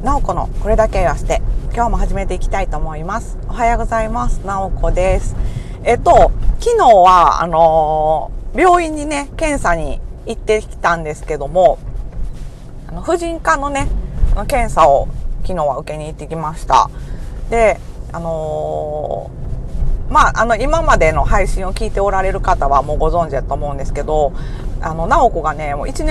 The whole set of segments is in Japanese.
なおこのこれだけ言わせて今日も始めていきたいと思います。おはようございます。なおこです。昨日は病院にね検査に行ってきたんですけども、婦人科のね検査を昨日は受けに行ってきました。で今までの配信を聞いておられる方はもうご存知だと思うんですけど、なおこがね、もう1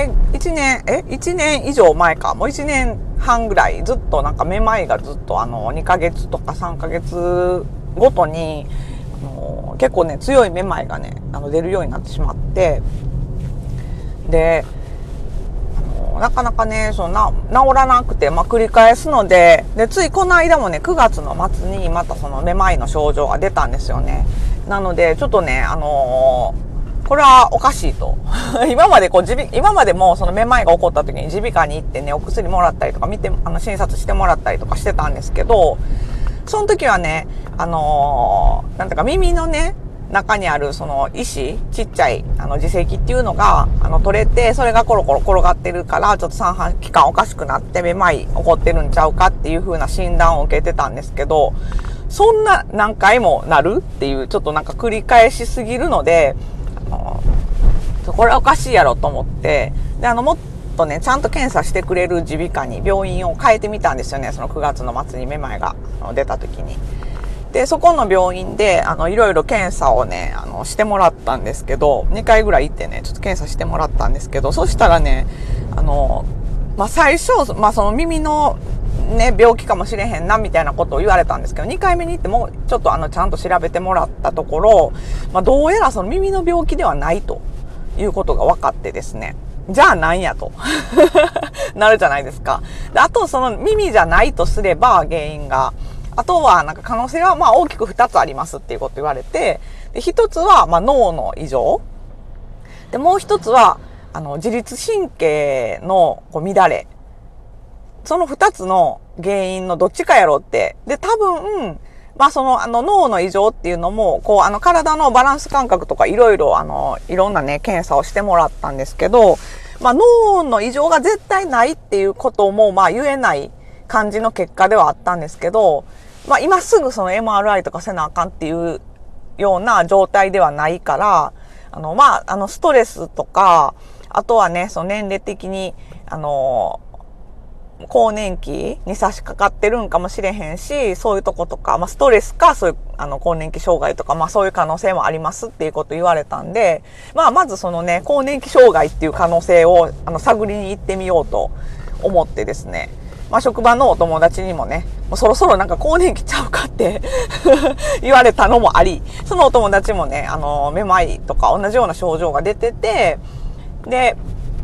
年以上前か、もう1年半ぐらいずっとなんかめまいがずっと2ヶ月とか3ヶ月ごとに、結構ね、強いめまいがね、出るようになってしまって、で、なかなかね、治らなくて、繰り返すので、ついこの間もね、9月の末にまたそのめまいの症状が出たんですよね。なので、ちょっとね、これはおかしいと。今までもそのめまいが起こった時に耳鼻科に行ってね、お薬もらったりとか診察してもらったりとかしてたんですけど、その時はね、なんていうか耳のね、中にあるその石、ちっちゃい耳石っていうのが取れて、それがコロコロ転がってるから、ちょっと三半規管おかしくなってめまい起こってるんちゃうかっていう風な診断を受けてたんですけど、そんな何回もなるっていう、ちょっとなんか繰り返しすぎるので、これはおかしいやろと思って、で、もっとね、ちゃんと検査してくれる耳鼻科に病院を変えてみたんですよね。その9月の末にめまいが出た時に。で、そこの病院で、いろいろ検査をね、してもらったんですけど、2回ぐらい行ってね、ちょっと検査してもらったんですけど、そしたらね、最初、その耳のね、病気かもしれへんな、みたいなことを言われたんですけど、2回目に行っても、ちょっとちゃんと調べてもらったところ、どうやらその耳の病気ではないということが分かってですね、じゃあなんやとなるじゃないですか。で、あとその耳じゃないとすれば原因が、あとはなんか可能性は大きく2つありますっていうこと言われて、で1つは脳の異常で、もう1つは自律神経の乱れ、その2つの原因のどっちかやろって。で、多分脳の異常っていうのも体のバランス感覚とかいろんなね検査をしてもらったんですけど、脳の異常が絶対ないっていうことも言えない感じの結果ではあったんですけど、今すぐその MRI とかせなあかんっていうような状態ではないから、ストレスとか、あとはね、その年齢的に、更年期に差し掛かってるんかもしれへんし、そういうとことか、ストレスか、そういう、更年期障害とか、そういう可能性もありますっていうこと言われたんで、まずそのね、更年期障害っていう可能性を、探りに行ってみようと思ってですね、職場のお友達にもね、もうそろそろなんか更年期ちゃうかって言われたのもあり、そのお友達もね、めまいとか同じような症状が出てて、で、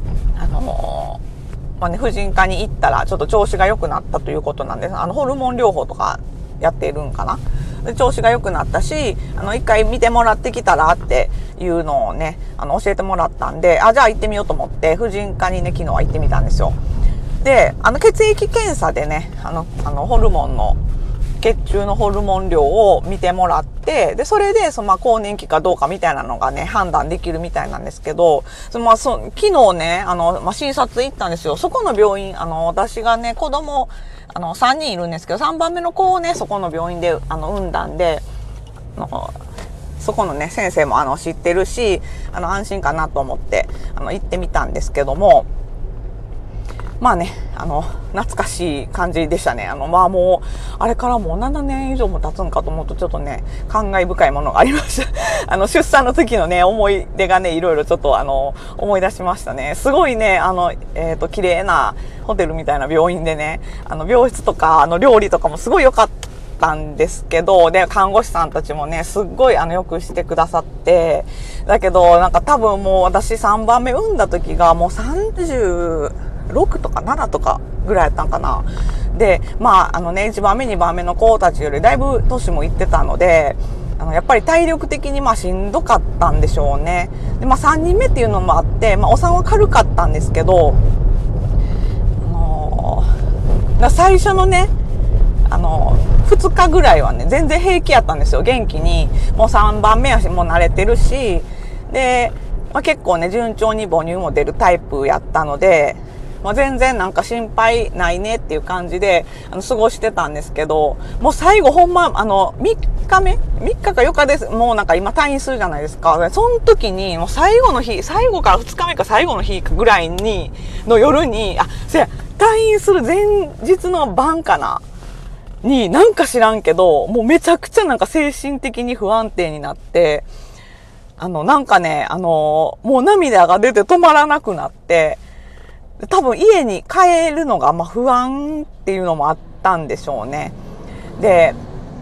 婦人科に行ったらちょっと調子が良くなったということなんです。ホルモン療法とかやっているんかな。で、調子が良くなったし、一回見てもらってきたらっていうのをね、教えてもらったんで、じゃあ行ってみようと思って、婦人科にね、昨日は行ってみたんですよ。で、血液検査でね、ホルモンの、血中のホルモン量を見てもらって、で、それで、更年期かどうかみたいなのがね、判断できるみたいなんですけど、昨日ね、診察行ったんですよ。そこの病院、私がね、子供、3人いるんですけど、3番目の子をね、そこの病院で、産んだんで、そこのね、先生も知ってるし、安心かなと思って、行ってみたんですけども、懐かしい感じでしたね。もう、あれからもう7年以上も経つんかと思うとちょっとね、感慨深いものがありました。出産の時のね、思い出がね、いろいろちょっと思い出しましたね。すごいね、綺麗なホテルみたいな病院でね、病室とか、料理とかもすごい良かったんですけど、で、看護師さんたちもね、すっごいよくしてくださって、だけど、なんか多分もう私3番目産んだ時がもう36とか7とかぐらいやったんかな。で、1番目、2番目の子たちよりだいぶ年もいってたので、やっぱり体力的にしんどかったんでしょうね。で、3人目っていうのもあって、お産は軽かったんですけど、最初のね、2日ぐらいはね、全然平気やったんですよ。元気に。もう3番目やし、もう慣れてるし、で、結構ね、順調に母乳も出るタイプやったので、 まあ、全然なんか心配ないねっていう感じで、過ごしてたんですけど、もう最後ほんま、3日目 ?3 日か4日です。もうなんか今退院するじゃないですか。その時に、もう最後の日、最後から2日目か最後の日ぐらいに、の夜に、退院する前日の晩かなに、なんか知らんけど、もうめちゃくちゃなんか精神的に不安定になって、なんかね、もう涙が出て止まらなくなって、多分家に帰るのが不安っていうのもあったんでしょうね。で、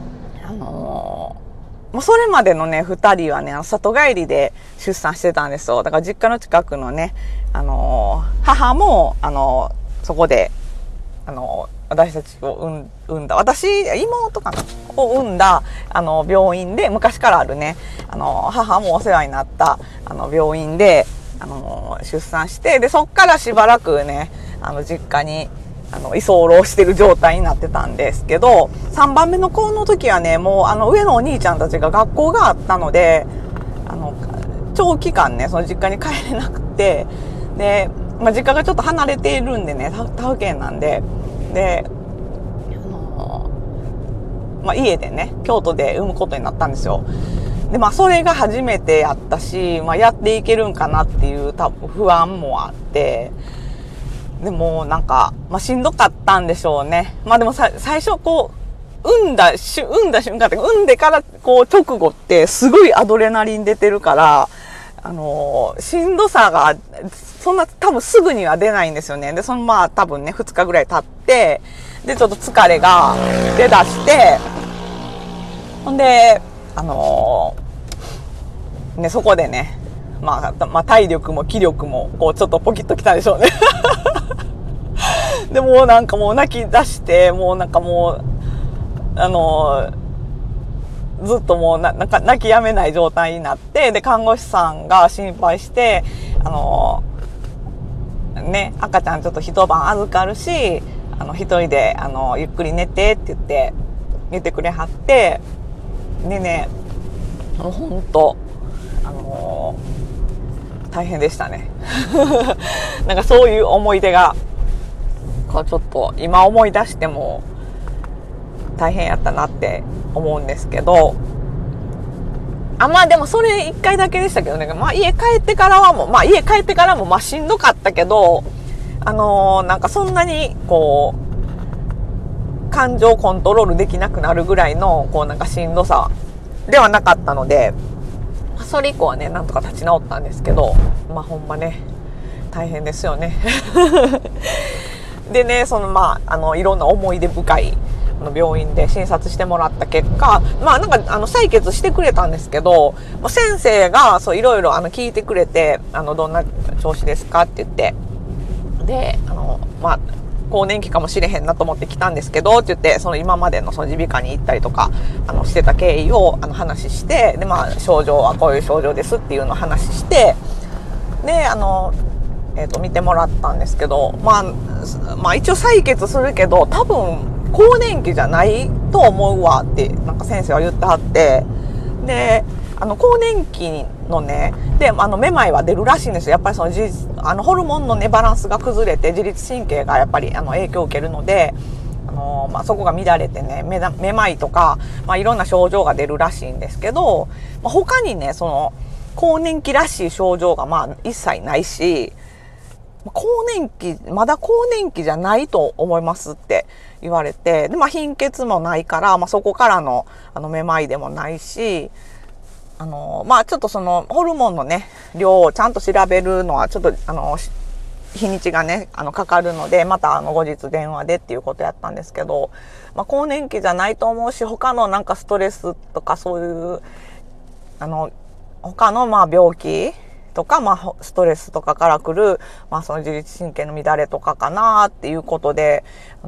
それまでのね、二人はね、里帰りで出産してたんですよ。だから実家の近くのね、母も、そこで、私たちを産んだ、妹かなを産んだ、病院で、昔からあるね、母もお世話になった、病院で、出産して、で、そっからしばらくね、実家に、居候してる状態になってたんですけど、3番目の子の時はね、もう、上のお兄ちゃんたちが学校があったので、長期間ね、その実家に帰れなくて、で、まあ、実家がちょっと離れているんでね、他府県なんで、で、まあ、家でね、京都で産むことになったんですよ。で、まあ、それが初めてやったし、まあ、やっていけるんかなっていう多分不安もあって、でもなんか、まあ、しんどかったんでしょうね。まあでも最初こう、産んだ瞬間って、産んでからこう直後ってすごいアドレナリン出てるから、しんどさが、そんな多分すぐには出ないんですよね。で、まあ多分ね、2日ぐらい経って、で、ちょっと疲れが出だして、ほんで、ね、そこでね、まあ体力も気力も、こうちょっとポキッときたでしょうね。で、もうなんかもう泣き出して、もうなんかもう、ずっともうなんか泣き止めない状態になって、で、看護師さんが心配して、ね、赤ちゃんちょっと一晩預かるし、一人で、ゆっくり寝てって言ってくれはって、でね、もうほんと、大変でしたね。なんかそういう思い出が、こうちょっと今思い出しても大変やったなって思うんですけど、まあでもそれ一回だけでしたけどね、まあ家帰ってからもまあしんどかったけど、なんかそんなにこう、感情コントロールできなくなるぐらいの、こうなんかしんどさではなかったので、それ以降はね、なんとか立ち直ったんですけど、まあほんまね、大変ですよね。でね、まあ、いろんな思い出深い病院で診察してもらった結果、まあなんか採血してくれたんですけど、先生がそういろいろ聞いてくれて、どんな調子ですかって言って、で、まあ、更年期かもしれへんなと思って来たんですけどって言って、その今までのその耳鼻科に行ったりとかしてた経緯を話して、でまあ症状はこういう症状ですっていうのを話して、で見てもらったんですけど、まあ一応採血するけど多分更年期じゃないと思うわってなんか先生は言ってはって、で更年期のねでめまいは出るらしいんですよ。やっぱりそのホルモンのねバランスが崩れて自律神経がやっぱり影響を受けるので、まあ、そこが乱れてねめまいとか、まあ、いろんな症状が出るらしいんですけど、まあ、他にねその更年期らしい症状がまあ一切ないし、まだ更年期じゃないと思いますって言われて、で、まあ、貧血もないから、まあ、そこからのめまいでもないし、まあ、ちょっとそのホルモンのね量をちゃんと調べるのはちょっと日にちがねかかるので、また後日電話でっていうことやったんですけど、まあ、更年期じゃないと思うし、他のなんかストレスとかそういう他のまあ病気とか、まあ、ストレスとかから来る、まあ、その自律神経の乱れとかかなっていうことで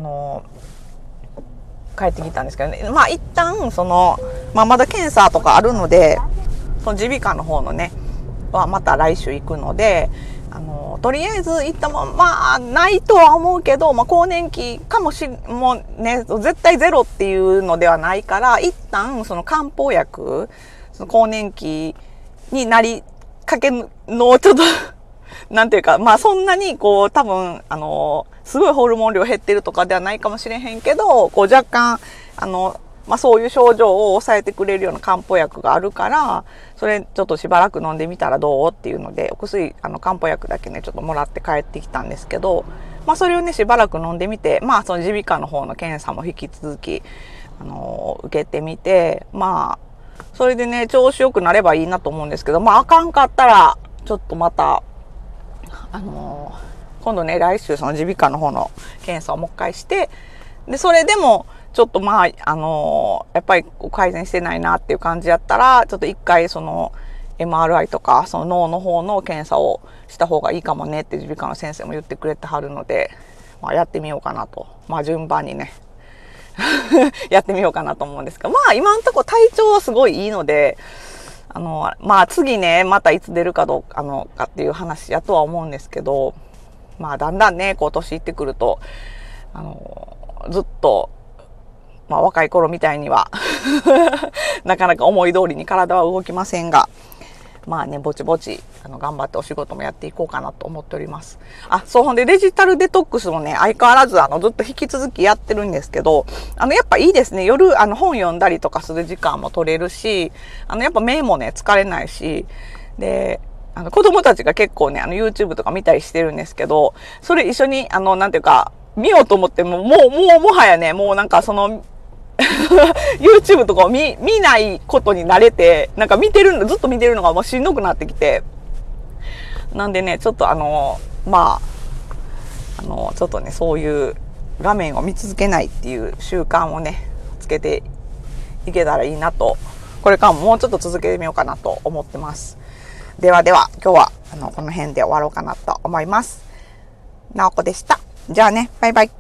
帰ってきたんですけどね。まあ一旦まあ、まだ検査とかあるので、その耳鼻科の方のねはまた来週行くので、とりあえず行ったもまあないとは思うけど、まあ、更年期かももうね絶対ゼロっていうのではないから、一旦その漢方薬、その更年期になりかけのをちょっとなんていうか、まあそんなにこう多分、すごいホルモン量減ってるとかではないかもしれへんけど、こう若干、まあそういう症状を抑えてくれるような漢方薬があるから、それちょっとしばらく飲んでみたらどうっていうので、お薬、漢方薬だけね、ちょっともらって帰ってきたんですけど、まあそれをね、しばらく飲んでみて、まあその耳鼻科の方の検査も引き続き、受けてみて、まあ、それでね、調子良くなればいいなと思うんですけど、まああかんかったら、ちょっとまた、今度ね、来週その耳鼻科の方の検査をもう一回して、で、それでも、ちょっとまあ、やっぱり改善してないなっていう感じやったら、ちょっと一回その MRI とか、その脳の方の検査をした方がいいかもねって耳鼻科の先生も言ってくれてはるので、まあやってみようかなと。まあ順番にね、やってみようかなと思うんですが、まあ今んとこ体調はすごいいいので、まあ次ね、またいつ出るかどうか、かっていう話やとは思うんですけど、まあだんだんね、こう年いってくると、ずっと、まあ若い頃みたいにはなかなか思い通りに体は動きませんが、まあね、ぼちぼち、頑張ってお仕事もやっていこうかなと思っております。あ、そう、ほんでデジタルデトックスもね、相変わらずずっと引き続きやってるんですけど、やっぱいいですね。夜、本読んだりとかする時間も取れるし、やっぱ目もね、疲れないし、で、子供たちが結構ね、YouTube とか見たりしてるんですけど、それ一緒に、なんていうか、見ようと思っても、もはやね、もうなんかYouTube とかを見ないことに慣れて、なんかずっと見てるのがもうしんどくなってきて。なんでね、ちょっとまあ、ちょっとね、そういう画面を見続けないっていう習慣をね、つけていけたらいいなと、これからももうちょっと続けてみようかなと思ってます。ではでは、今日は、この辺で終わろうかなと思います。なおこでした。じゃあね、バイバイ。